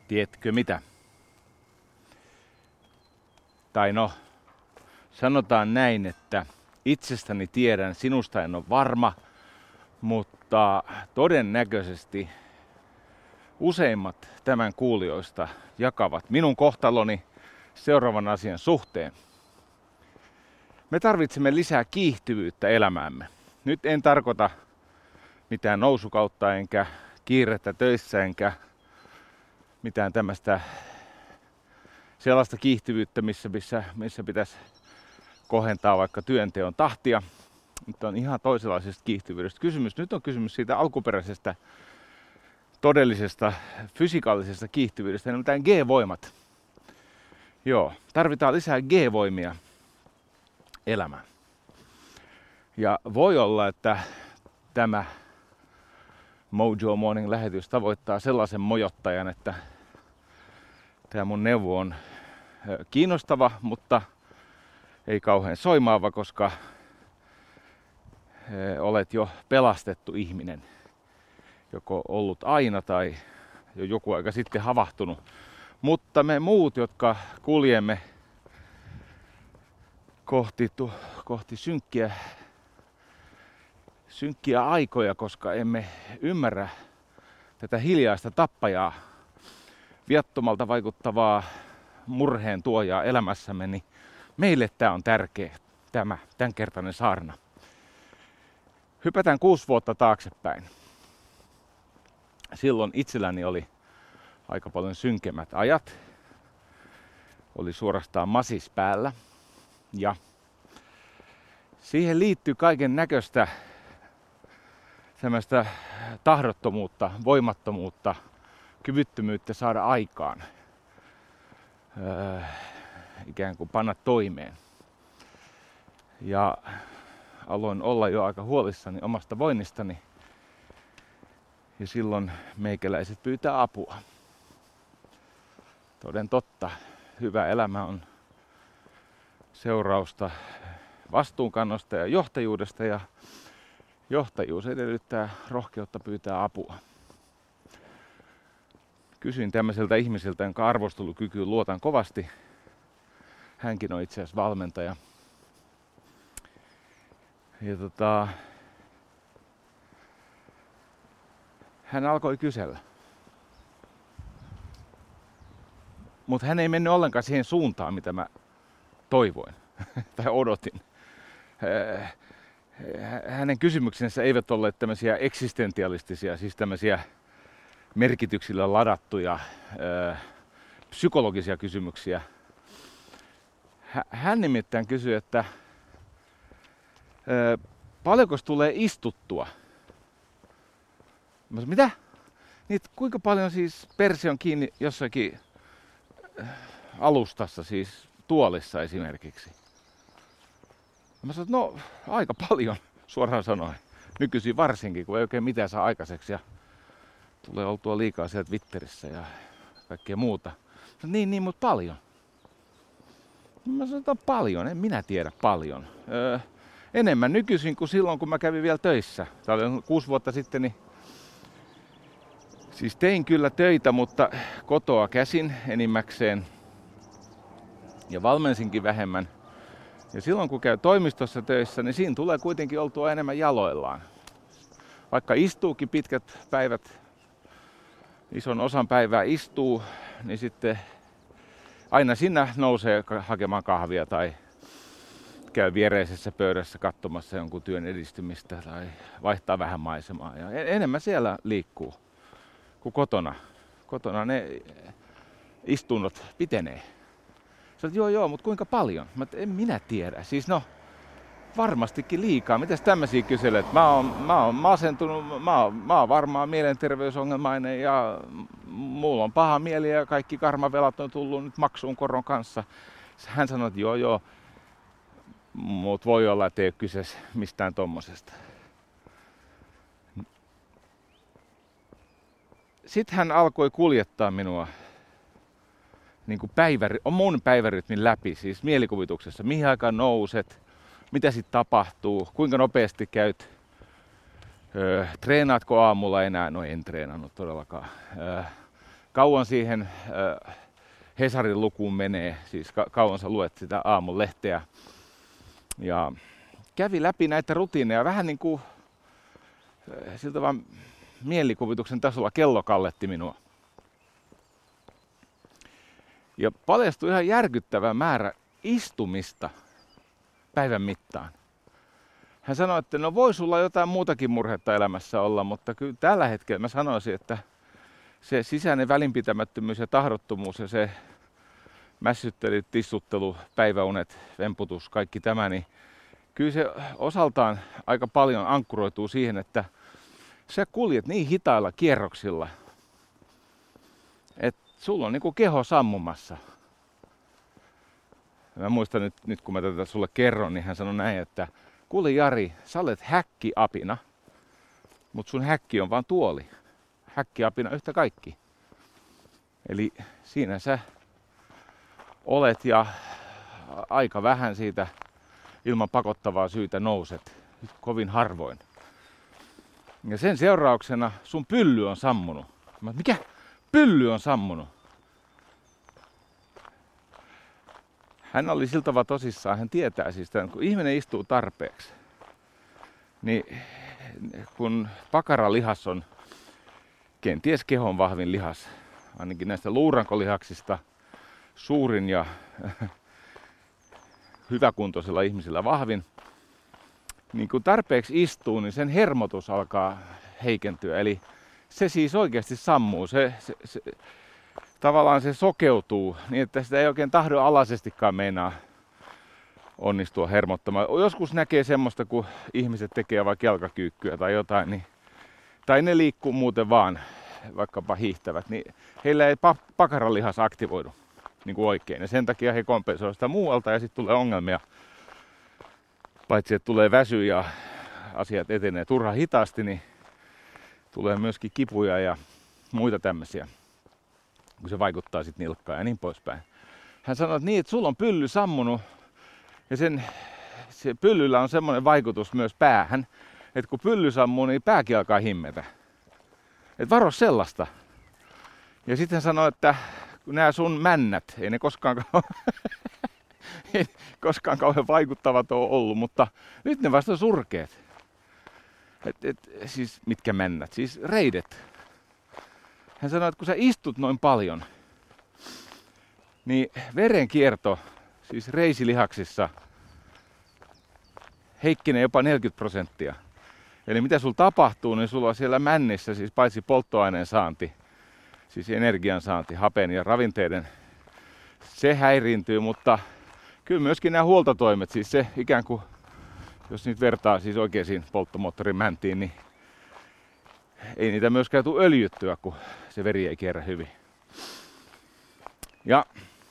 Tiedätkö mitä? Tai no, sanotaan näin, että itsestäni tiedän, sinusta en ole varma, mutta todennäköisesti useimmat tämän kuulijoista jakavat minun kohtaloni seuraavan asian suhteen. Me tarvitsemme lisää kiihtyvyyttä elämäämme. Nyt en tarkoita mitään nousukautta enkä kiirettä töissä enkä mitään tämmöistä sellaista kiihtyvyyttä, missä pitäisi kohentaa vaikka työnteon tahtia. Nyt on ihan toisenlaisesta kiihtyvyydestä kysymys. Nyt on kysymys siitä alkuperäisestä todellisesta fysikaalisesta kiihtyvyydestä, nimittäin G-voimat. Joo, tarvitaan lisää G-voimia elämään. Ja voi olla, että tämä Mojo Morning lähetys tavoittaa sellaisen mojottajan, että tämä mun neuvo on kiinnostava, mutta ei kauhean soimaava, koska olet jo pelastettu ihminen. Joko ollut aina tai jo joku aika sitten havahtunut. Mutta me muut, jotka kuljemme kohti synkkiä aikoja, koska emme ymmärrä tätä hiljaista tappajaa, viattomalta vaikuttavaa murheen tuojaa elämässämme, niin meille tämä on tärkeä, tämänkertainen saarna. Hypätään 6 vuotta taaksepäin. Silloin itselläni oli aika paljon synkemmät ajat. Oli suorastaan masis päällä. Ja siihen liittyy kaiken näköistä semmoista tahdottomuutta, voimattomuutta, kyvyttömyyttä saada aikaan. Ikään kuin panna toimeen. Ja aloin olla jo aika huolissani omasta voinnistani. Ja silloin meikäläiset pyytää apua. Toden totta, hyvä elämä on seurausta vastuunkannosta ja johtajuudesta, ja johtajuus edellyttää rohkeutta pyytää apua. Kysyin tämmöiseltä ihmiseltä, jonka arvostelukykyyn luotan kovasti. Hänkin on itse asiassa valmentaja. Ja hän alkoi kysellä. Mutta hän ei mennyt ollenkaan siihen suuntaan, mitä mä toivoin tai odotin. Hänen kysymyksensä eivät olleet tämmöisiä eksistentialistisia, siis tämmöisiä merkityksillä ladattuja psykologisia kysymyksiä. Hän nimittäin kysyi, että paljonko tulee istuttua? Mä sanoin, mitä? Niin, kuinka paljon siis persi on kiinni jossakin alustassa, siis tuolissa esimerkiksi? Mä sanoin, no aika paljon, suoraan sanoen. Nykyisin varsinkin, kun ei oikein mitään saa aikaiseksi ja tulee oltua liikaa siellä Twitterissä ja kaikkea muuta. Sanoin, niin, mutta paljon. Mä sanoin, että paljon, en minä tiedä paljon. Enemmän nykyisin kuin silloin, kun mä kävin vielä töissä. Tämä oli 6 vuotta sitten, niin siis tein kyllä töitä, mutta kotoa käsin enimmäkseen. Ja valmensinkin vähemmän. Ja silloin kun käy toimistossa töissä, niin siinä tulee kuitenkin oltua enemmän jaloillaan. Vaikka istuukin pitkät päivät, ison osan päivää istuu, niin sitten aina sinä nousee hakemaan kahvia tai käy viereisessä pöydässä katsomassa jonkun työn edistymistä tai vaihtaa vähän maisemaa. Ja enemmän siellä liikkuu kuin kotona. Kotona ne istunnot pitenee. Sä olet, joo, mutta kuinka paljon? En minä tiedä. Siis no, varmastikin liikaa. Mitäs tämmöisiä kyselet? Mä oon masentunut, mä oon varmaan mielenterveysongelmainen ja mulla on paha mieli ja kaikki karmavelat on tullut nyt maksuun koron kanssa. Hän sanoi, että joo, mutta voi olla, että ei ole kyse mistään tommosesta. Sitten hän alkoi kuljettaa minua niin kuin mun päivärytmin läpi, siis mielikuvituksessa, mihin aikaan nouset, mitä sitten tapahtuu, kuinka nopeasti käyt, treenaatko aamulla enää, no en treenannut todellakaan, kauan siihen Hesarin lukuun menee, siis kauan sä luet sitä aamun lehteä. Ja kävi läpi näitä rutiineja vähän niin kuin siltä vaan mielikuvituksen tasolla kello kalletti minua. Ja paljastui ihan järkyttävä määrä istumista päivän mittaan. Hän sanoi, että no voi sulla jotain muutakin murhetta elämässä olla, mutta kyllä tällä hetkellä mä sanoisin, että se sisäinen välinpitämättömyys ja tahdottomuus ja se mässyttely, tissuttelu, päiväunet, vemputus, kaikki tämä, niin kyllä se osaltaan aika paljon ankkuroituu siihen, että sä kuljet niin hitailla kierroksilla, että sulla on niinku keho sammumassa. Mä muistan nyt kun mä tätä sulle kerron, niin hän sanoi näin, että kuule Jari, sä olet häkkiapina, mutta sun häkki on vaan tuoli. Häkkiapina yhtä kaikki. Eli siinä sä olet ja aika vähän siitä ilman pakottavaa syytä nouset. Kovin harvoin. Ja sen seurauksena sun pylly on sammunut. Mikä? Pylly on sammunut. Hän oli sillä tavalla tosissaan, hän tietää siis tämän, kun ihminen istuu tarpeeksi, niin kun pakaralihas on kenties kehon vahvin lihas, ainakin näistä luurankolihaksista suurin ja hyväkuntoisilla ihmisillä vahvin, niin kun tarpeeksi istuu, niin sen hermotus alkaa heikentyä, eli se siis oikeasti sammuu, tavallaan se sokeutuu niin, että sitä ei oikein tahdonalaisestikaan meinaa onnistua hermottamaan. Joskus näkee semmoista, kun ihmiset tekee vaikka jalkakyykkyä tai jotain, niin, tai ne liikkuu muuten vaan, vaikkapa hiihtävät, niin heillä ei pakaralihas aktivoidu niin kuin oikein. Ja sen takia he kompensoivat sitä muualta ja sitten tulee ongelmia. Paitsi että tulee väsy ja asiat etenee turha hitaasti, niin tulee myöskin kipuja ja muita tämmöisiä, kun se vaikuttaa sitten nilkkaan ja niin poispäin. Hän sanoi, että niin, että sulla on pylly sammunut ja se pyllyllä on semmoinen vaikutus myös päähän, että kun pylly sammuu, niin pääkin alkaa himmetä. Että varo sellaista. Ja sitten hän sanoi, että kun nämä sun männät, ei ne koskaan kauhean vaikuttavat ole ollut, mutta nyt ne vasta surkeet. Siis mitkä männät? Siis reidet. Hän sanoi, että kun sä istut noin paljon, niin verenkierto, siis reisilihaksissa, heikkenee jopa 40%. Eli mitä sulla tapahtuu, niin sulla on siellä männissä siis paitsi polttoaineen saanti, siis energian saanti, hapen ja ravinteiden, se häiriintyy, mutta kyllä myöskin nämä huoltotoimet, siis se ikään kuin, jos nyt vertaa siis oikeisiin polttomoottorin mäntiin, niin ei niitä myöskään tule öljyttyä, kun se veri ei kierrä hyvin. Ja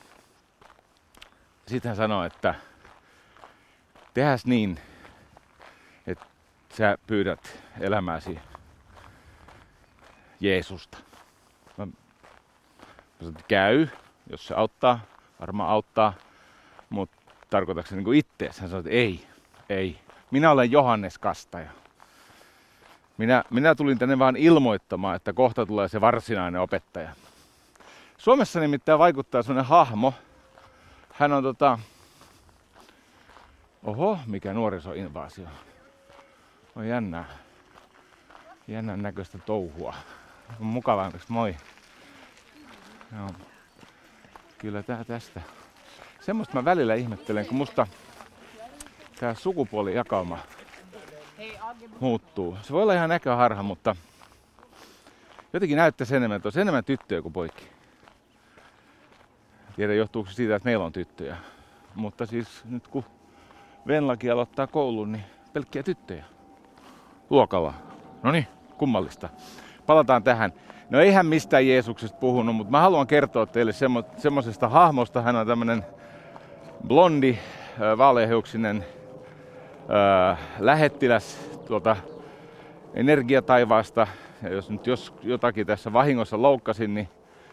sitten hän sanoi, että tehäs niin, että sä pyydät elämääsi Jeesusta. Mä sanoin, että käy, jos se auttaa, varmaan auttaa, mutta tarkoitatko se niin kuin ittees? Hän sanoi, että ei. Minä olen Johannes Kastaja. Minä tulin tänne vaan ilmoittamaan, että kohta tulee se varsinainen opettaja. Suomessa nimittäin vaikuttaa sellainen hahmo. Hän on oho, mikä nuorisoinvaasio. On jännän näköistä touhua. On mukavaa, moi. Joo. Kyllä tästä. Semmoista mä välillä ihmettelen, kun musta tää sukupuolijakauma muuttuu. Se voi olla ihan näköharha, mutta jotenkin näyttäisi enemmän, että on enemmän tyttöjä kuin poikia. Tiedä johtuuko siitä, että meillä on tyttöjä. Mutta siis nyt kun Venlaki aloittaa koulun, niin pelkkiä tyttöjä luokalla. Noniin, kummallista. Palataan tähän. No eihän mistään Jeesuksesta puhunut, mutta mä haluan kertoa teille semmoisesta hahmosta. Hän on tämmönen blondi, vaaleahiuksinen lähettiläs energiataivaasta. Ja jos jotakin tässä vahingossa loukkasin, niin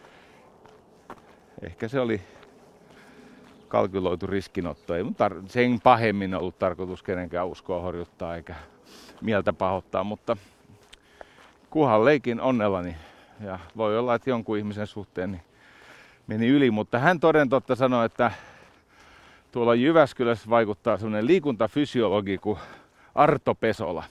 ehkä se oli kalkyloitu riskinotto. Ei sen pahemmin ollut tarkoitus kenenkään uskoa horjuttaa eikä mieltä pahoittaa, mutta kunhan leikin onnellani Ja voi olla, että jonkun ihmisen suhteen niin meni yli, mutta hän toden totta sanoi, että tuolla Jyväskylässä vaikuttaa semmoinen liikuntafysiologi kuin Arto Pesola.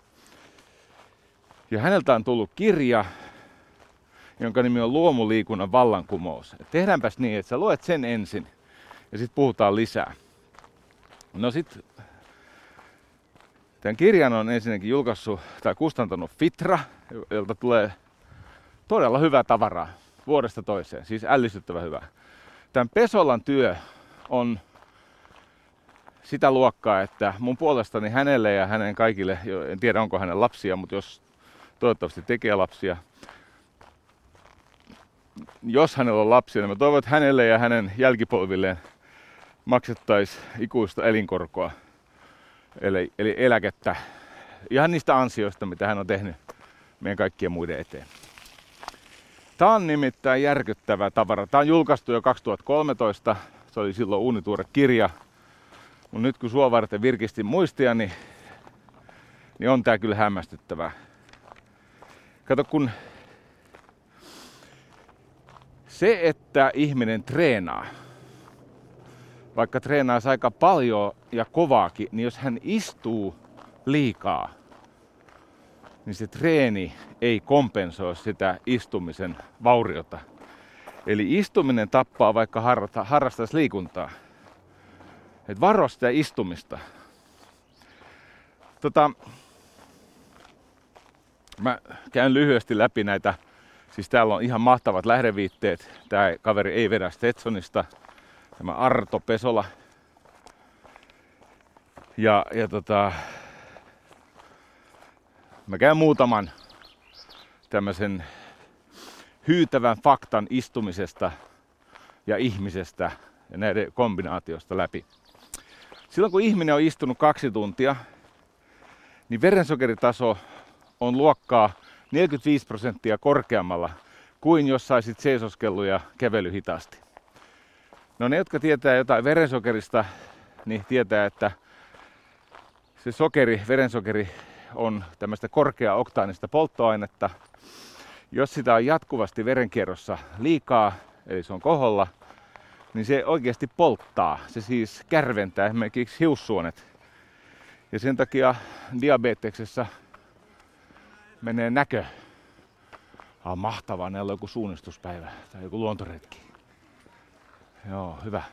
Ja häneltä on tullut kirja, jonka nimi on Luomuliikunnan vallankumous. Et tehdäänpäs niin, että sä luet sen ensin ja sitten puhutaan lisää. No sit tämän kirjan on ensinnäkin julkaissut tai kustantanut Fitra, jolta tulee todella hyvää tavaraa vuodesta toiseen, siis ällistyttävä hyvää. Tämän Pesolan työ on sitä luokkaa, että mun puolestani hänelle ja hänen kaikille, en tiedä onko hänen lapsia, mutta jos toivottavasti tekee lapsia, jos hänellä on lapsia, niin mä toivon, että hänelle ja hänen jälkipolvilleen maksettaisiin ikuista elinkorkoa, eli eläkettä, ihan niistä ansioista, mitä hän on tehnyt meidän kaikkien muiden eteen. Tämä on nimittäin järkyttävä tavara. Tämä on julkaistu jo 2013, se oli silloin uunituore kirja, mutta nyt kun sua varten virkistin muistia, niin on tää kyllä hämmästyttävää. Kato, kun se, että ihminen treenaa, vaikka treenaisi aika paljon ja kovaakin, niin jos hän istuu liikaa, niin se treeni ei kompensoi sitä istumisen vauriota. Eli istuminen tappaa, vaikka harrastaisi liikuntaa. Et varo sitä istumista. Mä käyn lyhyesti läpi näitä. Siis täällä on ihan mahtavat lähdeviitteet. Tää kaveri ei vedä Stetsonista. Tämä Arto Pesola. Mä käyn muutaman tämmöisen hyytävän faktan istumisesta ja ihmisestä ja näiden kombinaatiosta läpi. Silloin kun ihminen on istunut 2 tuntia, niin verensokeritaso on luokkaa 45% korkeammalla kuin jos saisit seisoskellut ja kävely hitaasti. No ne, jotka tietää jotain verensokerista, niin tietää, että se verensokeri on tämmöistä korkea-oktaanista polttoainetta. Jos sitä on jatkuvasti verenkierrossa liikaa, eli se on koholla, niin se oikeasti polttaa. Se siis kärventää esimerkiksi hiussuonet. Ja sen takia diabeteksessa menee näkö. Mahtavaa, näillä on joku suunnistuspäivä tai joku luontoretki. Joo, hyvä.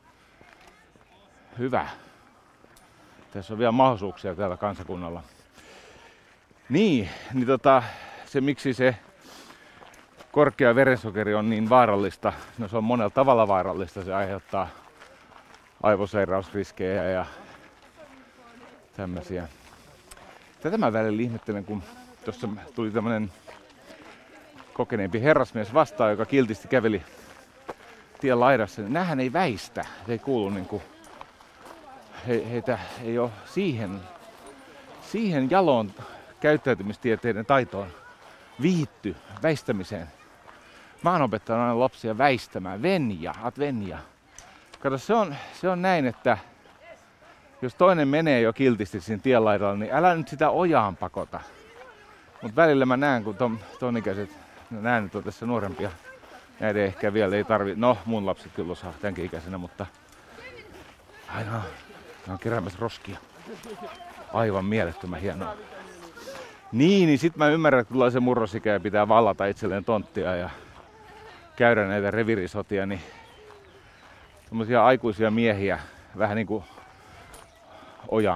Hyvä. Tässä on vielä mahdollisuuksia täällä kansakunnalla. Niin se miksi se korkea verensokeri on niin vaarallista, no se on monella tavalla vaarallista, se aiheuttaa aivosairausriskejä ja tämmöisiä. Tätä mä välillä ihmettelen, kun tuossa tuli tämmönen kokeneempi herrasmies vastaan, joka kiltisti käveli tien laidassa. Näähän ei väistä, se ei kuulu niinku, heitä ei ole siihen jaloon käyttäytymistieteiden taitoon viitty väistämiseen. Mä oon opettanut aina lapsia väistämään. Venja. Kato, se on näin, että jos toinen menee jo kiltisti siinä tienlaidalla, niin älä nyt sitä ojaan pakota. Mut välillä mä näen, kun ton ikäiset, nämä nyt on tässä nuorempia. Näiden ehkä vielä ei tarvi, no mun lapset kyllä osaa tämänkin ikäisenä, mutta aina on keräämässä roskia. Aivan mielettömän hienoa. Niin sit mä ymmärrän, että tulee se murrosikä ja pitää vallata itselleen tonttia ja käydä näitä revirisotia, niin semmosia aikuisia miehiä vähän niinku ojaan.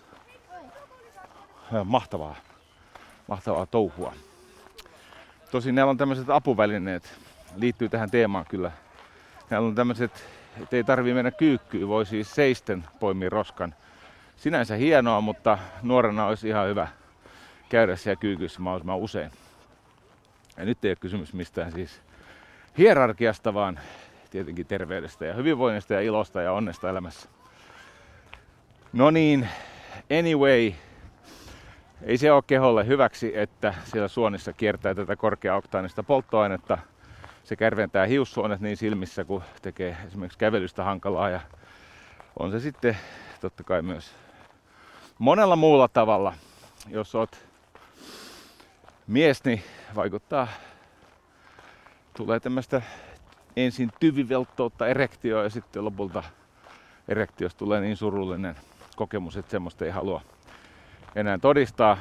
Mahtavaa touhua. Tosin näillä on tämmöiset apuvälineet, liittyy tähän teemaan kyllä. Näillä on tämmöiset, ettei tarvii mennä kyykkyyn, voi siis seisten poimia roskan. Sinänsä hienoa, mutta nuorena olisi ihan hyvä käydä siellä kyykyssä mahdollisimman usein. Ja nyt ei ole kysymys mistään siis hierarkiasta, vaan tietenkin terveydestä ja hyvinvoinnista ja ilosta ja onnesta elämässä. No niin, anyway, ei se ole keholle hyväksi, että siellä suonissa kiertää tätä korkea-oktaanista polttoainetta. Se kärventää hiussuonet niin silmissä, kun tekee esimerkiksi kävelystä hankalaa. Ja on se sitten totta kai myös monella muulla tavalla. Jos oot mies, niin vaikuttaa tulee tämmöistä ensin tyvivelttoutta, erektioa ja sitten lopulta erektiosta tulee niin surullinen kokemus, että semmoista ei halua enää todistaa.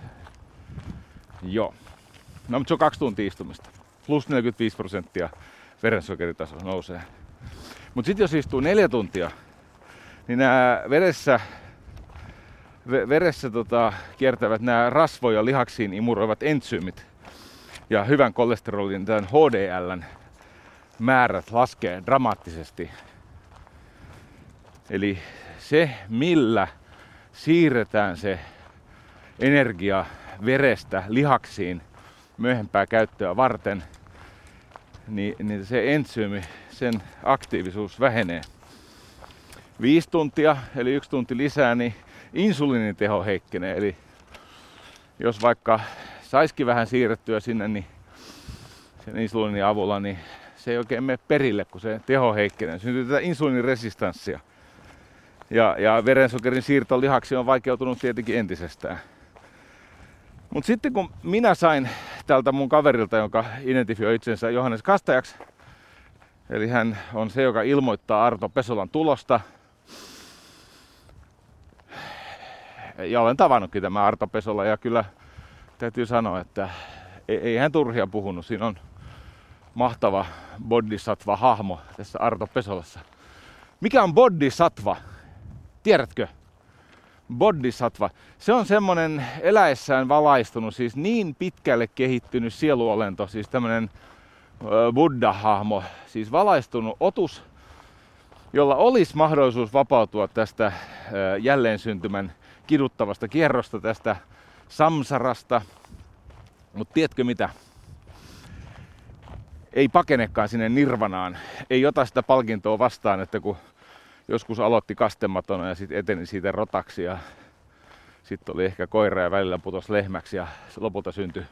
Joo. No, mutta se on 2 tuntia istumista. Plus 45% verensokeritaso nousee. Mutta sitten jos istuu 4 tuntia, niin nämä veressä kiertävät nämä rasvoja lihaksiin imuroivat entsyymit ja hyvän kolesterolin, tämän HDL:n määrät laskee dramaattisesti. Eli se, millä siirretään se energia verestä lihaksiin myöhempää käyttöä varten, niin se entsyymi, sen aktiivisuus vähenee. 5 tuntia, eli 1 tunti lisää, niin insuliiniteho heikkenee. Eli jos vaikka saisikin vähän siirrettyä sinne, niin sen insuliinin avulla, niin se ei oikein mene perille, kun se teho heikkenee. Syntyy tätä insuliiniresistanssia. Ja verensokerin siirto lihaksi on vaikeutunut tietenkin entisestään. Mutta sitten kun minä sain tältä mun kaverilta, joka identifioi itsensä Johannes Kastajaksi, eli hän on se, joka ilmoittaa Arto Pesolan tulosta. Ja olen tavannutkin tämä Arto Pesola ja kyllä täytyy sanoa, että ei hän turhia puhunut. Siinä on mahtava bodhisattva-hahmo tässä Arto Pesolassa. Mikä on bodhisattva? Tiedätkö? Bodhisattva. Se on semmonen eläessään valaistunut, siis niin pitkälle kehittynyt sieluolento, siis tämmönen Buddha-hahmo, siis valaistunut otus, jolla olisi mahdollisuus vapautua tästä jälleen syntymän kiduttavasta kierrosta, tästä samsarasta. Mutta tiedätkö mitä? Ei pakenekaan sinne nirvanaan, ei ota sitä palkintoa vastaan, että kun joskus aloitti kastematona ja sitten eteni siitä rotaksi ja sitten oli ehkä koira ja välillä putosi lehmäksi ja lopulta syntyi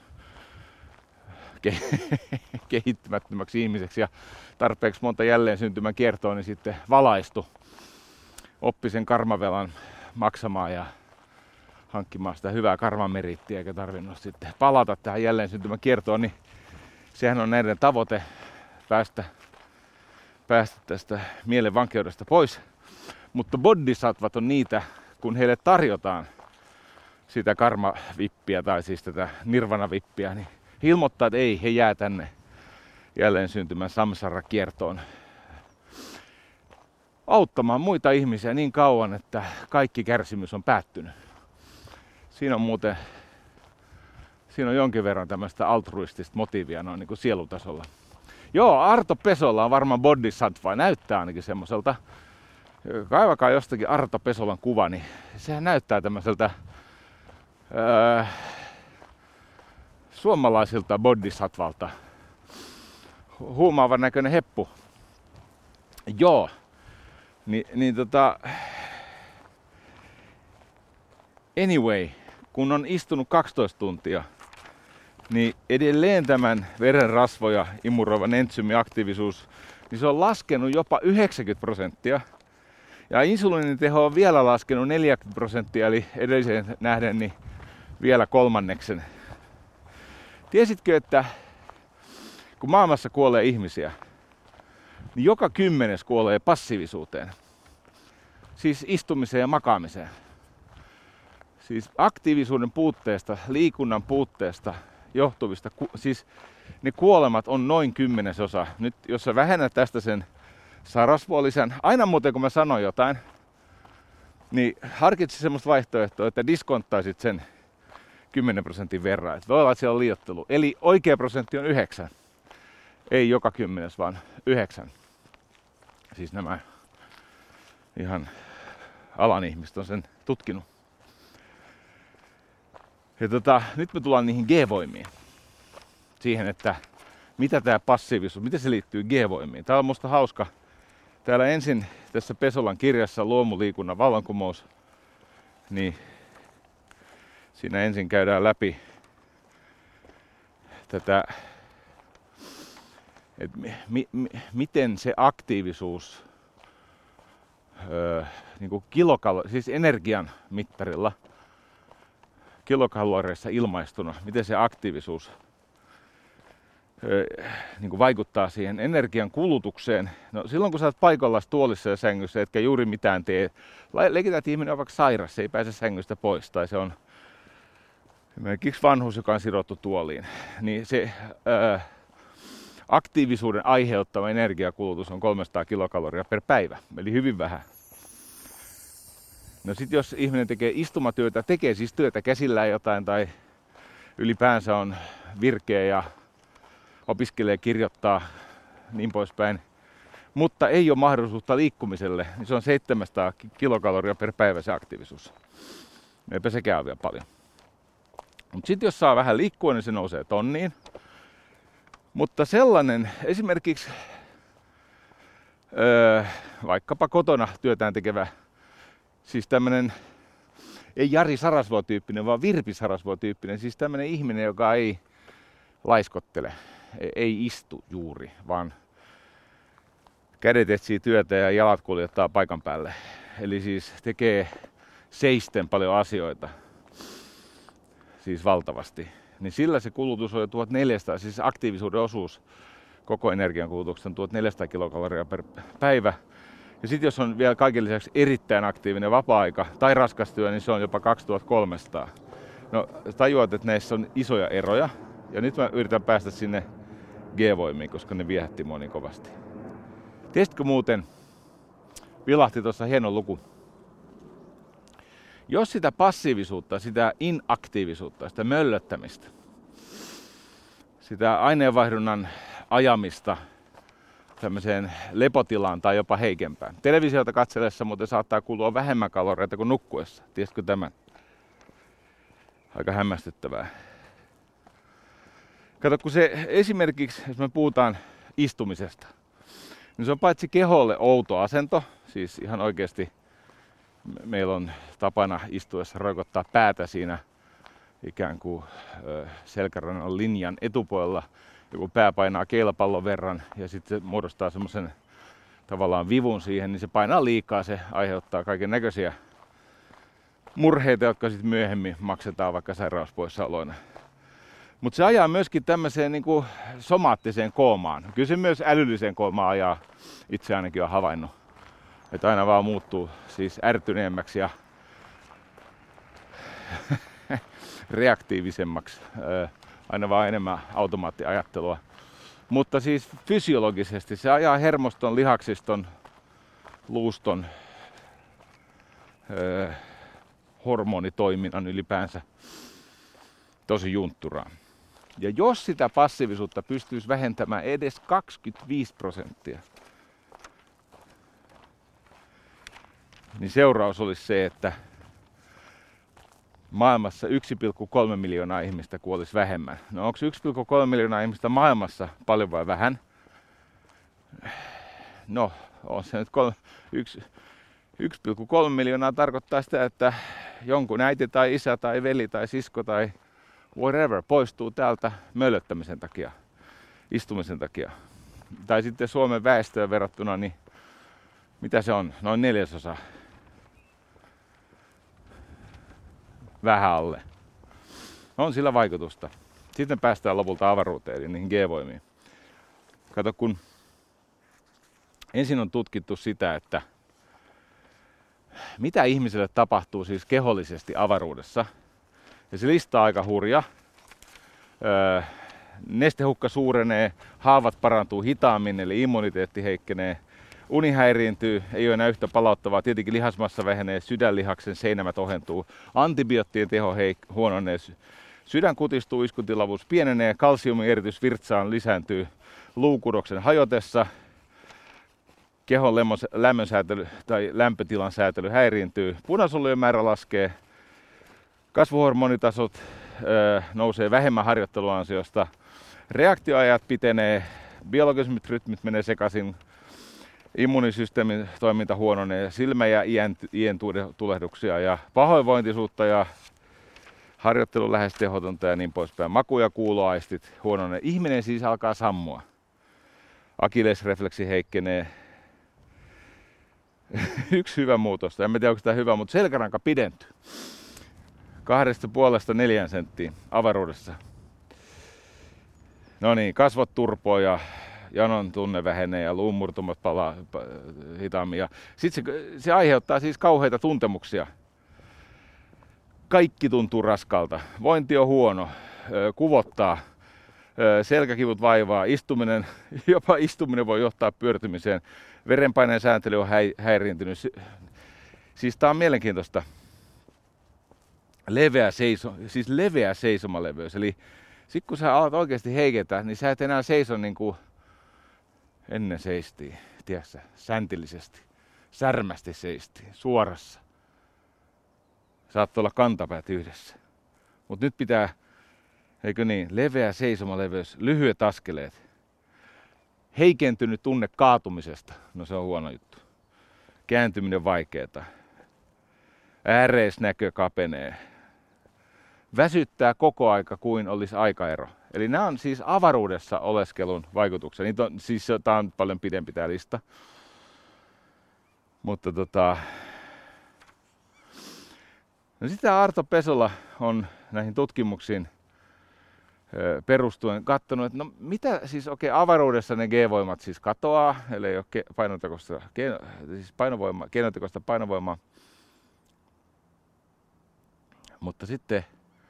kehittymättömäksi ihmiseksi ja tarpeeksi monta jälleen syntymän kiertoa, niin sitten valaistui, oppi sen karmavelan maksamaan ja hankkimaan sitä hyvää karmamerittiä eikä tarvinnut sitten palata tähän jälleen syntymän kiertoon, niin sehän on näiden tavoite päästä tästä mielen vankeudesta pois. Mutta bodhisattvat on niitä, kun heille tarjotaan sitä karmavippiä tai siis tätä nirvanavippiä, niin he ilmoittaa, että ei, he jää tänne jälleen syntymän samsara-kiertoon auttamaan muita ihmisiä niin kauan, että kaikki kärsimys on päättynyt. Siinä on jonkin verran tämmöistä altruistista motiivia noin niin kuin sielutasolla. Joo, Arto Pesola on varmaan bodhisattva, näyttää ainakin semmoiselta. Kaivakaa jostakin Arto Pesolan kuva, niin sehän näyttää tämmöiseltä suomalaisilta bodhisattvalta. Huumaavan näköinen heppu. Joo. Anyway, kun on istunut 12 tuntia, niin edelleen tämän verenrasvoja imuroivan entsyymiaktiivisuus, niin se on laskenut jopa 90%. Ja insuliiniteho on vielä laskenut 40%, eli edelliseen nähden niin vielä 1/3. Tiesitkö, että kun maailmassa kuolee ihmisiä, niin joka 10 kuolee passiivisuuteen. Siis istumiseen ja makaamiseen. Siis aktiivisuuden puutteesta, liikunnan puutteesta johtuvista, siis ne kuolemat on noin 10%. Nyt jos sä vähennät tästä sen sarasvuolisän, aina muuten kun mä sanon jotain, niin harkitse semmoista vaihtoehtoa, että diskonttaisit sen 10% verran. Et voi olla, että siellä on liioittelu. Eli oikea prosentti on 9. Ei joka 10, vaan 9. Siis nämä ihan alan ihmiset on sen tutkinut. Ja nyt me tullaan niihin G-voimiin. Siihen, että mitä tämä passiivisuus, miten se liittyy G-voimiin. Tämä on musta hauska. Täällä ensin tässä Pesolan kirjassa Luomuliikunnan vallankumous, niin siinä ensin käydään läpi tätä, että miten se aktiivisuus niin kuin siis energian mittarilla, kilokaloreissa ilmaistuna, miten se aktiivisuus niin kuin vaikuttaa siihen energian kulutukseen. No, silloin kun sä oot paikallaan tuolissa ja sängyssä, etkä juuri mitään tee, leikitään, että ihminen on vaikka sairas, se ei pääse sängystä pois, tai se on esimerkiksi vanhus, joka on sidottu tuoliin, niin se aktiivisuuden aiheuttama energiakulutus on 300 kilokaloria per päivä, eli hyvin vähän. No sit jos ihminen tekee istumatyötä, tekee siis työtä käsillään jotain tai ylipäänsä on virkeä ja opiskelee, kirjoittaa, niin poispäin, mutta ei ole mahdollisuutta liikkumiselle, niin se on 700 kilokaloria per päivä se aktiivisuus. Eipä sekään ole vielä paljon. Mutta sitten jos saa vähän liikkua, niin se nousee tonniin. Mutta sellainen esimerkiksi vaikkapa kotona työtään tekevä, siis tämmöinen ei Jari Sarasvuo-tyyppinen, vaan Virpi Sarasvuo-tyyppinen, siis tämmöinen ihminen, joka ei laiskottele, ei istu juuri, vaan kädet etsii työtä ja jalat kuljettaa paikan päälle. Eli siis tekee seisten paljon asioita, siis valtavasti. Niin sillä se kulutus on jo 1400, siis aktiivisuuden osuus koko energiankulutuksen 1400 kilokaloria per päivä. Ja sitten jos on vielä kaiken lisäksi erittäin aktiivinen vapaa-aika tai raskas työ, niin se on jopa 2300. No tajuat, että näissä on isoja eroja. Ja nyt mä yritän päästä sinne G-voimiin, koska ne viehätti mua niin kovasti. Tiesitkö muuten, vilahti tuossa hieno luku. Jos sitä passiivisuutta, sitä inaktiivisuutta, sitä möllöttämistä, sitä aineenvaihdunnan ajamista tämmöiseen lepotilaan tai jopa heikempään. Televisiota katsellessa muuten saattaa kulua vähemmän kaloreita kuin nukkuessa. Tiesitkö tämän? Aika hämmästyttävää. Kato, kun se esimerkiksi, jos me puhutaan istumisesta, niin se on paitsi keholle outo asento, siis ihan oikeasti meillä on tapana istuessa roikottaa päätä siinä ikään kuin selkärannan linjan etupuolella. Joku pää painaa keilapallon verran ja sitten se muodostaa semmoisen tavallaan vivun siihen, niin se painaa liikaa, se aiheuttaa kaiken näköisiä murheita, jotka sitten myöhemmin maksetaan vaikka sairauspoissaoloina. Mutta se ajaa myöskin tämmöiseen niin kuin somaattiseen koomaan. Kyllä se myös älylliseen koomaan ajaa, itse ainakin olen havainnut. Että aina vaan muuttuu siis ärtyneemmäksi ja reaktiivisemmaksi. Aina vaan enemmän automaattiajattelua. Mutta siis fysiologisesti se ajaa hermoston, lihaksiston, luuston, hormonitoiminnan ylipäänsä tosi juntturaan. Ja jos sitä passiivisuutta pystyisi vähentämään edes 25%, niin seuraus olisi se, että maailmassa 1,3 miljoonaa ihmistä kuolisi vähemmän. No onko 1,3 miljoonaa ihmistä maailmassa paljon vai vähän? No on se nyt 1,3 miljoonaa tarkoittaa sitä, että jonkun äiti tai isä tai veli tai sisko tai whatever poistuu täältä möllöttämisen takia, istumisen takia. Tai sitten Suomen väestöön verrattuna, niin mitä se on? Noin 1/4. Vähän alle. On sillä vaikutusta. Sitten päästään lopulta avaruuteen, eli niihin G-voimiin. Kato, kun ensin on tutkittu sitä, että mitä ihmiselle tapahtuu siis kehollisesti avaruudessa. Ja se lista on aika hurja. Nestehukka suurenee, haavat parantuu hitaammin, eli immuniteetti heikkenee. Uni häiriintyy, ei ole enää yhtä palauttavaa. Tietenkin lihasmassa vähenee, sydänlihaksen seinämät ohentuu. Antibioottien teho huononee, sydän kutistuu, iskutilavuus pienenee, kalsiumin eritys virtsaan lisääntyy luukudoksen hajotessa. Kehon lämmönsäätely tai lämpötilan säätely häiriintyy. Punasolujen määrä laskee. Kasvuhormonitasot nousee vähemmän harjoitteluansiosta. Reaktioajat pitenee, biologiset rytmit menee sekaisin. Immunisysteemin toiminta huononee, silmä- ja iän tulehduksia ja pahoinvointisuutta ja harjoittelu lähes tehotonta ja niin poispäin. Maku- ja kuuloaistit huononee. Ihminen siis alkaa sammua. Akillesrefleksi heikkenee. Yksi hyvä muutos, en tiedä onko tämä hyvä, mutta selkäranka pidentyy. 2,5–4 senttiä avaruudessa. No niin, kasvot turpoaa ja janon tunne vähenee ja luunmurtumat palaa hitaammin. Sitten se aiheuttaa siis kauheita tuntemuksia. Kaikki tuntuu raskalta. Vointi on huono, kuvottaa, selkäkivut vaivaa, jopa istuminen voi johtaa pyörtymiseen. Verenpaineen sääntely on häiriintynyt. Siis tää on mielenkiintoista. Leveä seisomaleveys. Eli sit kun sä alat oikeasti heiketä, niin sä et enää seiso niin kuin ennen seistiin. Tiedätkö, säntillisesti, särmästi seistiin, suorassa. Saattoi olla kantapäät yhdessä. Mut nyt pitää, eikö niin, leveä seisomaleveys, lyhyet askeleet. Heikentynyt tunne kaatumisesta, no se on huono juttu. Kääntyminen vaikeeta. Ääreisnäkö kapenee. Väsyttää koko aika kuin olisi aikaero. Eli nämä on siis avaruudessa oleskelun vaikutuksia. Siis tämä on paljon pidempi tämä lista. Mutta no sitten Arto Pesola on näihin tutkimuksiin perustuen katsonut, että no mitä siis avaruudessa ne G-voimat siis katoaa, eli ei ole keinotekoista painovoimaa. Mutta sitten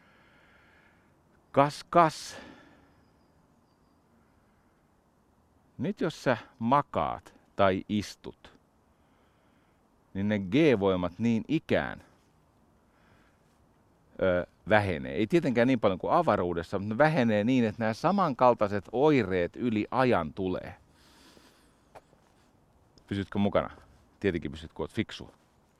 nyt jos sä makaat tai istut, niin ne G-voimat niin ikään vähenee. Ei tietenkään niin paljon kuin avaruudessa, mutta ne vähenee niin, että nämä samankaltaiset oireet yli ajan tulee. Pysytkö mukana? Tietenkin pysyt, kun oot fiksu.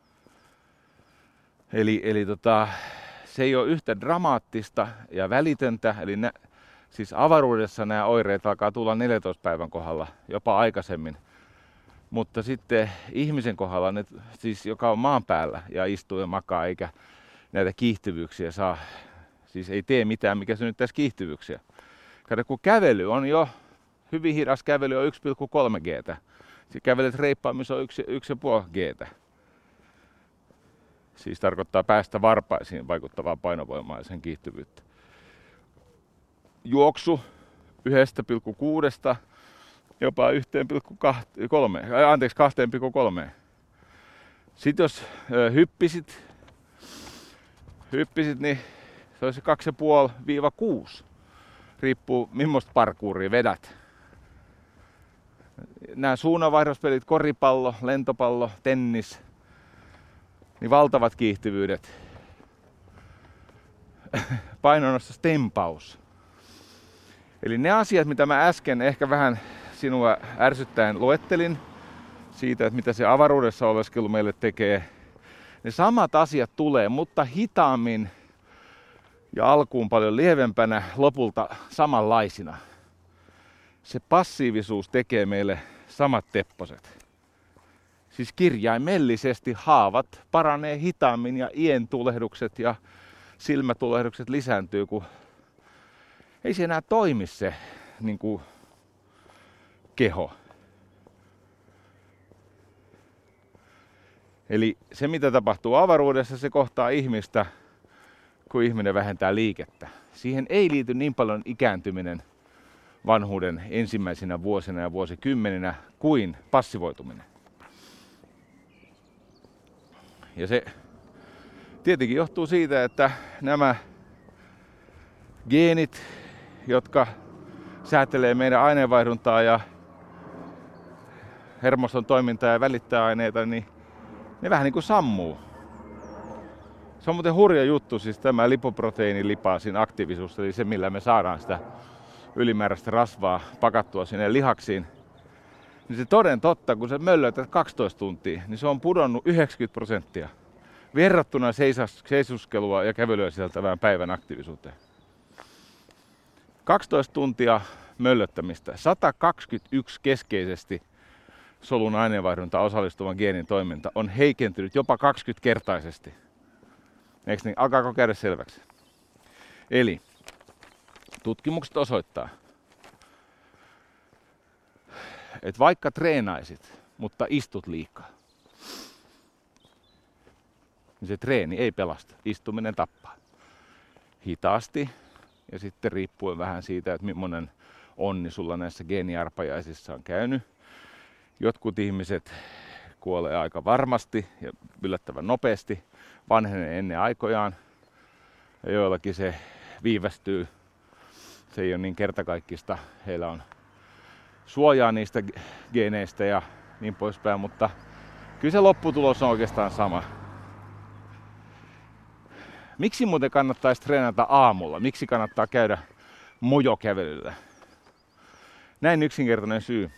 Eli se ei ole yhtä dramaattista ja välitöntä. Eli siis avaruudessa nämä oireet alkaa tulla 14 päivän kohdalla, jopa aikaisemmin. Mutta sitten ihmisen kohdalla, siis joka on maan päällä ja istuu ja makaa eikä näitä kiihtyvyyksiä saa, siis ei tee mitään, mikä synnyttäisi kiihtyvyyksiä. Kato, kun kävely on jo, hyvin hidas kävely on 1,3 G:tä. Sitten kävelet reippaammin, on 1,5 G:tä. Siis tarkoittaa päästä varpaisiin vaikuttavaa painovoimaa ja sen kiihtyvyyttä. Juoksu 1,6 jopa 2,3. Sitten jos hyppisit, niin se olisi 2,5-6. Riippuu millaista parkouria vedät. Nämä suunnanvaihdospelit, koripallo, lentopallo, tennis, niin valtavat kiihtyvyydet. Painonnostossa tempaus. Eli ne asiat, mitä mä äsken ehkä vähän sinua ärsyttäen luettelin, siitä, että mitä se avaruudessa oleskelu meille tekee, ne samat asiat tulee, mutta hitaammin ja alkuun paljon lievempänä, lopulta samanlaisina. Se passiivisuus tekee meille samat tepposet. Siis kirjaimellisesti haavat paranee hitaammin ja ientulehdukset ja silmätulehdukset lisääntyy, kun ei se enää toimi se niin kuin keho. Eli se, mitä tapahtuu avaruudessa, se kohtaa ihmistä, kun ihminen vähentää liikettä. Siihen ei liity niin paljon ikääntyminen vanhuuden ensimmäisinä vuosina ja vuosikymmeninä kuin passivoituminen. Ja se tietenkin johtuu siitä, että nämä geenit, jotka säätelee meidän aineenvaihduntaa ja hermoston toimintaa ja välittää aineita, niin ne vähän niin kuin sammuu. Se on muuten hurja juttu, siis tämä lipoproteiinilipaasin aktiivisuus, eli se millä me saadaan sitä ylimääräistä rasvaa pakattua sinne lihaksiin. Niin se toden totta, kun sä möllötät 12 tuntia, niin se on pudonnut 90% verrattuna seisuskelua ja kävelyä sisältävään päivän aktiivisuuteen. 12 tuntia möllöttämistä, 121 keskeisesti solun aineenvaihduntaan osallistuvan geenin toiminta on heikentynyt jopa 20-kertaisesti. Eikö niin? Alkaako käydä selväksi? Eli tutkimukset osoittaa, että vaikka treenaisit, mutta istut liikaa, niin se treeni ei pelasta. Istuminen tappaa. Hitaasti ja sitten riippuen vähän siitä, että millainen onni sulla näissä geeniarpajaisissa on käynyt. Jotkut ihmiset kuolee aika varmasti ja yllättävän nopeasti, vanhenee ennen aikojaan. Ja joillakin se viivästyy. Se ei ole niin kertakaikkista. Heillä on suojaa niistä geeneistä ja niin poispäin, mutta kyllä se lopputulos on oikeastaan sama. Miksi muuten kannattaisi treenata aamulla? Miksi kannattaa käydä mojokävelyllä? Näin yksinkertainen syy.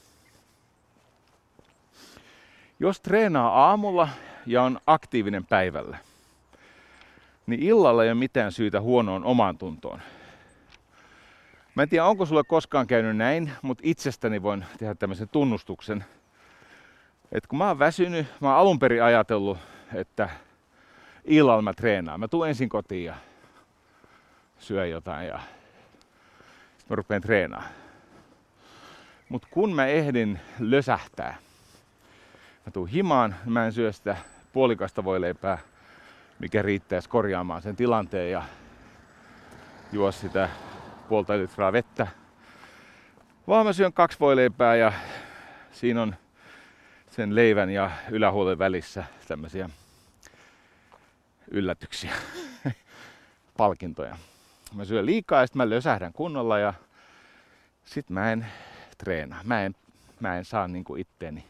Jos treenaa aamulla ja on aktiivinen päivällä, niin illalla ei ole mitään syytä huonoon omaan tuntoon. Mä en tiedä, onko sulle koskaan käynyt näin, mutta itsestäni voin tehdä tämmöisen tunnustuksen. Että kun mä oon väsynyt, mä oon alun perin ajatellut, että illalla mä treenaan. Mä tuun ensin kotiin ja syön jotain ja sitten mä rupean treenaamaan. Mut kun mä ehdin lösähtää, mä tuun himaan, mä en syö sitä puolikasta voileipää, mikä riittäisi korjaamaan sen tilanteen ja juo sitä 0,5 litraa vettä. Vaan mä syön 2 voileipää ja siinä on sen leivän ja ylähuolen välissä tämmöisiä yllätyksiä, palkintoja. Mä syön liikaa ja sit mä lösähdän kunnolla ja sit mä en treenaa. Mä en saa niinku itteeni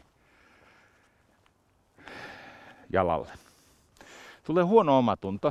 jalalle. Tulee huono omatunto.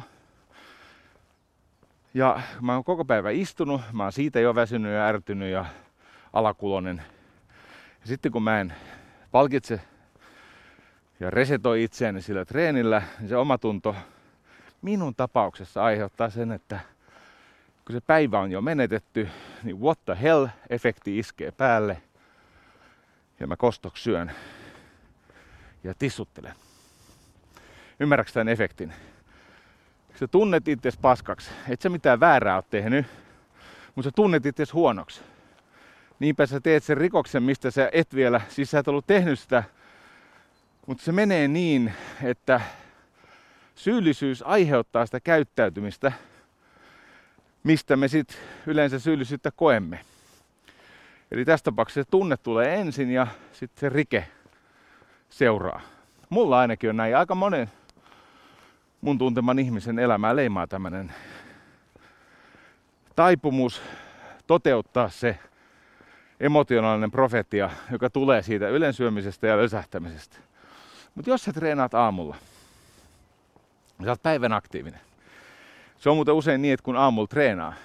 Ja mä oon koko päivän istunut, mä oon siitä jo väsynyt ja ärtynyt ja alakulonen. Ja sitten kun mä en palkitse ja resetoi itseäni sillä treenillä, niin se omatunto minun tapauksessa aiheuttaa sen, että kun se päivä on jo menetetty, niin what the hell -efekti iskee päälle. Ja mä kostoksi syön ja tissuttelen. Ymmärrätkö tämän efektin? Sä tunnet itses paskaksi. Et sä mitään väärää ole tehnyt, mutta sä tunnet itses huonoksi. Niinpä sä teet sen rikoksen, mistä sä et vielä, siis sä et ollut tehnyt sitä, mutta se menee niin, että syyllisyys aiheuttaa sitä käyttäytymistä, mistä me sit yleensä syyllisyyttä koemme. Eli tässä tapauksessa se tunne tulee ensin ja sitten se rike seuraa. Mulla ainakin on näin. Aika monen mun tunteman ihmisen elämää leimaa tämmönen taipumus toteuttaa se emotionaalinen profetia, joka tulee siitä ylensyömisestä ja lösähtämisestä. Mutta jos sä treenaat aamulla, sä oot päivän aktiivinen. Se on muuten usein niin, että kun aamulla treenaa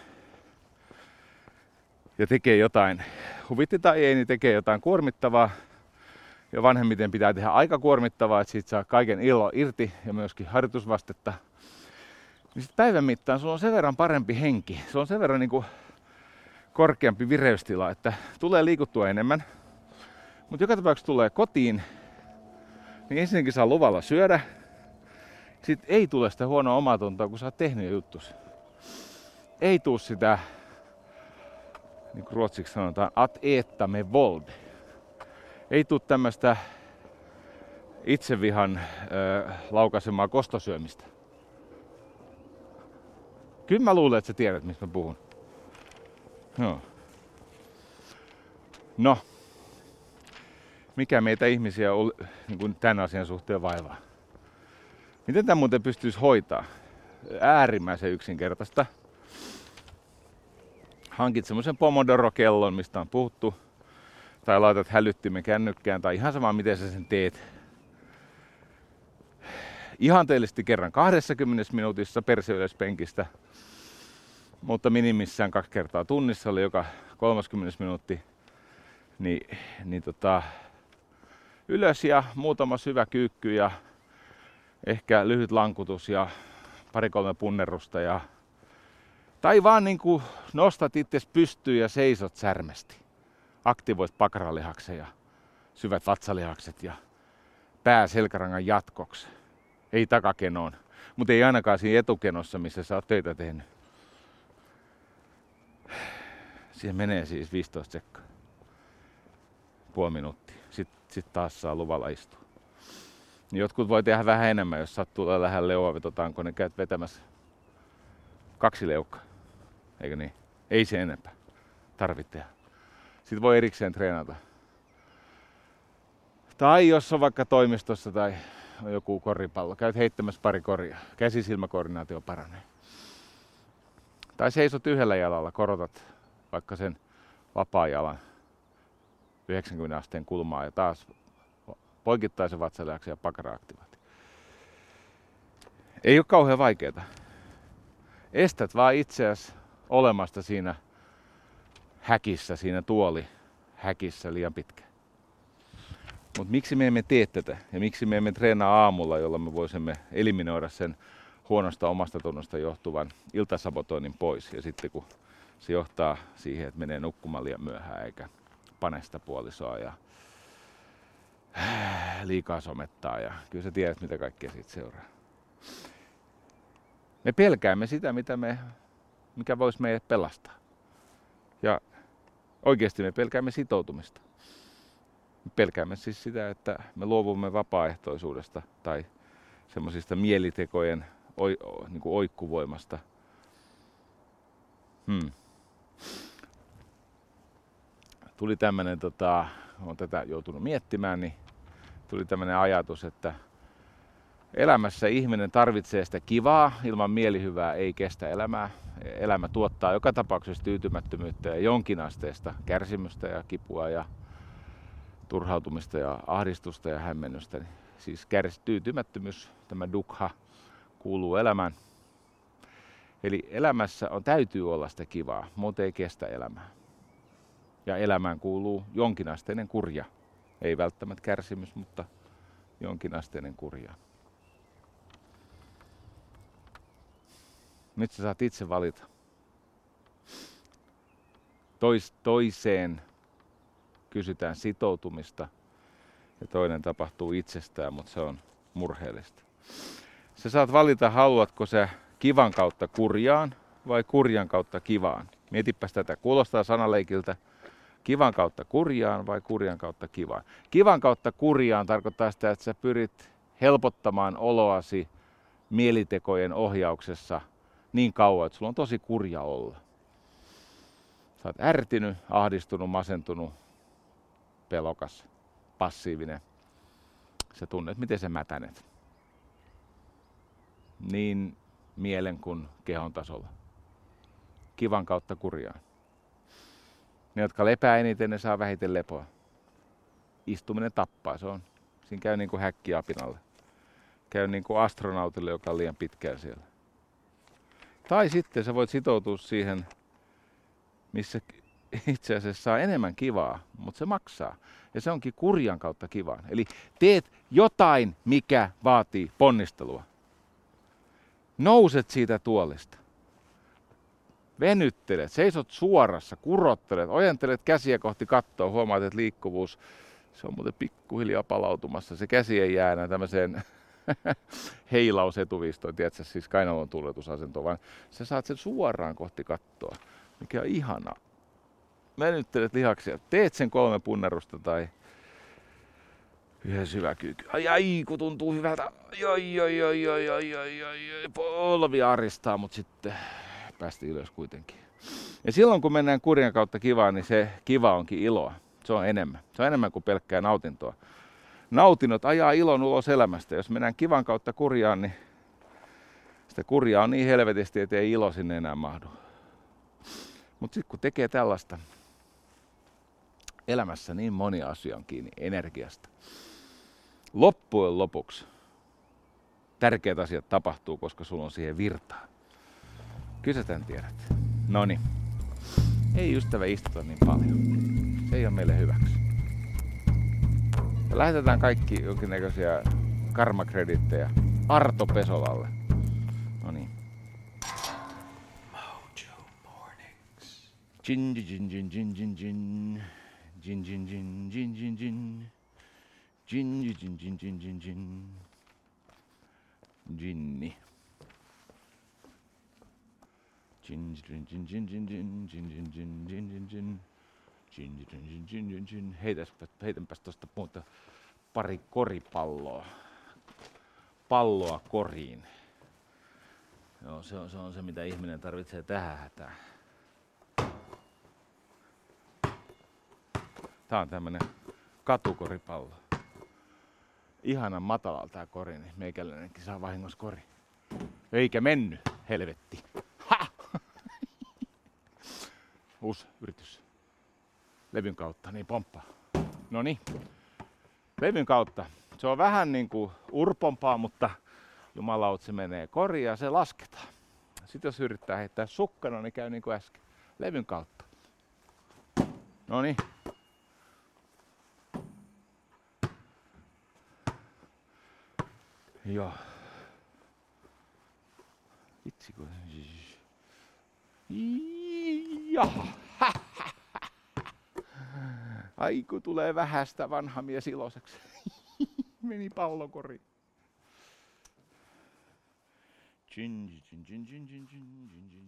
ja tekee jotain, huvitti tai ei, niin tekee jotain kuormittavaa. Ja vanhemmiten pitää tehdä aika kuormittavaa, että siitä saa kaiken ilo irti ja myöskin harjoitusvastetta. Niin sit päivän mittaan sulla on sen verran parempi henki. Se on sen verran niin kuin korkeampi vireystila, että tulee liikuttua enemmän. Mutta joka tapauksessa tulee kotiin, niin ensinnäkin saa luvalla syödä. Sitten ei tule sitä huonoa omatuntoa, kun sä oot tehnyt jo juttus. Ei tuu sitä, niin kuin ruotsiksi sanotaan, att äta med våld. Ei tuu tämmöistä itsevihan laukaisemaa kostosyömistä. Kyllä mä luulen, että sä tiedät, mistä mä puhun. No. Mikä meitä ihmisiä on niin tämän asian suhteen vaivaa? Miten tämä muuten pystyisi hoitaa? Äärimmäisen yksinkertaista. Hankit semmoisen Pomodoro-kellon, mistä on puhuttu. Tai laitat hälyttimen kännykkään, tai ihan sama miten sä sen teet. Ihanteellisesti kerran 20 minuutissa perse ylös penkistä, mutta minimissään 2 kertaa tunnissa, oli joka 30 minuutti. Ylös ja muutama syvä kyykky ja ehkä lyhyt lankutus ja 2-3 punnerusta. Tai vaan niin kuin nostat itses pystyyn ja seisot särmästi. Aktivoit pakaralihaksen ja syvät vatsalihakset ja pää selkärangan jatkoksi. Ei takakenoon, mutta ei ainakaan siinä etukenossa, missä sä oot töitä tehnyt. Siihen menee siis 15 sekkaa. Puoli minuuttia. Sitten taas saa luvalla istua. Jotkut voi tehdä vähän enemmän, jos sattuu lähellä leuavetotanko, niin käyt vetämässä 2 leukkaa. Eikö niin? Ei se enempää. Tarvitse tehdä. Sitten voi erikseen treenata. Tai jos on vaikka toimistossa tai on joku koripallo, käyt heittämässä pari koria. Käsi-silmäkoordinaatio paranee. Tai seisot yhdellä jalalla, korotat vaikka sen vapaa-jalan 90 asteen kulmaa ja taas poikittaisen vatsalihaksen ja pakara-aktivaatio. Ei ole kauhean vaikeeta. Estät vaan itseäsi olemasta siinä häkissä, siinä tuolihäkissä liian pitkään. Mutta miksi me emme tee tätä ja miksi me emme treenaa aamulla, jolla me voisimme eliminoida sen huonosta omasta tunnosta johtuvan iltasabotoinnin pois. Ja sitten kun se johtaa siihen, että menee nukkumaan liian myöhään eikä pane sitä puolisoa ja liikaa somettaa ja kyllä sä tiedät mitä kaikkea siitä seuraa. Me pelkäämme sitä, mikä voisi meidät pelastaa. Ja oikeasti me pelkäämme sitoutumista. Me pelkäämme siis sitä, että me luovumme vapaaehtoisuudesta tai semmoisista mielitekojen niin kuin oikkuvoimasta. Tuli tämmönen, olen tätä joutunut miettimään, niin tuli tämmönen ajatus, että elämässä ihminen tarvitsee sitä kivaa, ilman mielihyvää ei kestä elämää. Elämä tuottaa joka tapauksessa tyytymättömyyttä ja jonkinasteista kärsimystä ja kipua ja turhautumista ja ahdistusta ja hämmennystä. Siis tyytymättömyys, tämä dukkha, kuuluu elämään. Eli elämässä täytyy olla sitä kivaa, muuten ei kestä elämää. Ja elämään kuuluu jonkinasteinen kurja. Ei välttämättä kärsimys, mutta jonkinasteinen kurja. Nyt sä saat itse valita. Toiseen kysytään sitoutumista ja toinen tapahtuu itsestään, mutta se on murheellista. Sä saat valita, haluatko sä kivan kautta kurjaan vai kurjan kautta kivaan. Mietipäs tätä, kuulostaa sanaleikiltä. Kivan kautta kurjaan vai kurjan kautta kivaan. Kivan kautta kurjaan tarkoittaa sitä, että sä pyrit helpottamaan oloasi mielitekojen ohjauksessa niin kauan, että sulla on tosi kurja olla. Sä oot ärtynyt, ahdistunut, masentunut, pelokas, passiivinen. Sä tunnet, miten sä mätänet. Niin mielen kuin kehon tasolla. Kivan kautta kurjaan. Ne, jotka lepää eniten, ne saa vähiten lepoa. Istuminen tappaa, siinä käy niin kuin häkkiapinalle. Käy niin kuin astronautille, joka on liian pitkään siellä. Tai sitten sä voit sitoutua siihen, missä itse asiassa saa enemmän kivaa, mutta se maksaa. Ja se onkin kurjan kautta kivaan. Eli teet jotain, mikä vaatii ponnistelua. Nouset siitä tuolista. Venyttelet, seisot suorassa, kurottelet, ojentelet käsiä kohti kattoa, huomaat, että liikkuvuus, se on muuten pikkuhiljaa palautumassa. Se käsi ei jää enää tämmöiseen heilausetuvistoon, tiedätkö, siis kainalon tuuletusasentoon, vaan sä saat sen suoraan kohti kattoa, mikä on ihanaa. Venyttelet lihaksia, teet sen 3 punnerusta tai yhden syväkyykky. Ai, kun tuntuu hyvältä. Polvi aristaa, mutta sitten päästi ylös kuitenkin. Ja silloin kun mennään kurjan kautta kivaan, niin se kiva onkin iloa. Se on enemmän. Se on enemmän kuin pelkkää nautintoa. Nautinnot ajaa ilon ulos elämästä. Jos mennään kivan kautta kurjaan, niin sitä kurjaa on niin helvetisti, että ei ilo sinne enää mahdu. Mutta sitten kun tekee tällaista, elämässä niin moni asia on kiinni energiasta. Loppujen lopuksi tärkeät asiat tapahtuu, koska sulla on siihen virtaa. Kyllä sä tän tiedät. Noniin. Ei ystävä istuta niin paljon. Se ei ole meille hyväksi. Ja lähetetään kaikki jonkinnäköisiä karmakredittejä Arto Pesolalle. Noniin. Mojo Mornings. Gin gin gin gin gin gin. Gin gin gin gin gin gin. Gin gin gin gin gin gin. Ginni. Gin gin gin gin gin gin gin gin gin gin gin gin. Gin gin gin gin gin. Heitänpäs tosta muuta pari koripalloa. Palloa koriin. Joo, se on se mitä ihminen tarvitsee tähän hätään. Tää on tämmönen katukoripallo. Ihanan matalalla tää kori, niin meikäläinenkin saa vahingossa kori. Eikä mennyt, helvetti. Ha! Uusi yritys. Levyn kautta, niin pomppaa. Noniin. Levyn kautta. Se on vähän niinku urpompaa, mutta jumalaut se menee koriin ja se lasketaan. Sitten jos yrittää heittää sukkana, niin käy niin kuin äsken. Levyn kautta. Noniin. Joo. Vitsi kun... Jaha. Ai kun tulee vähästä vanha mies iloiseksi. Meni pallokoriin. Chin, chin, chin, chin, chin, chin, chin.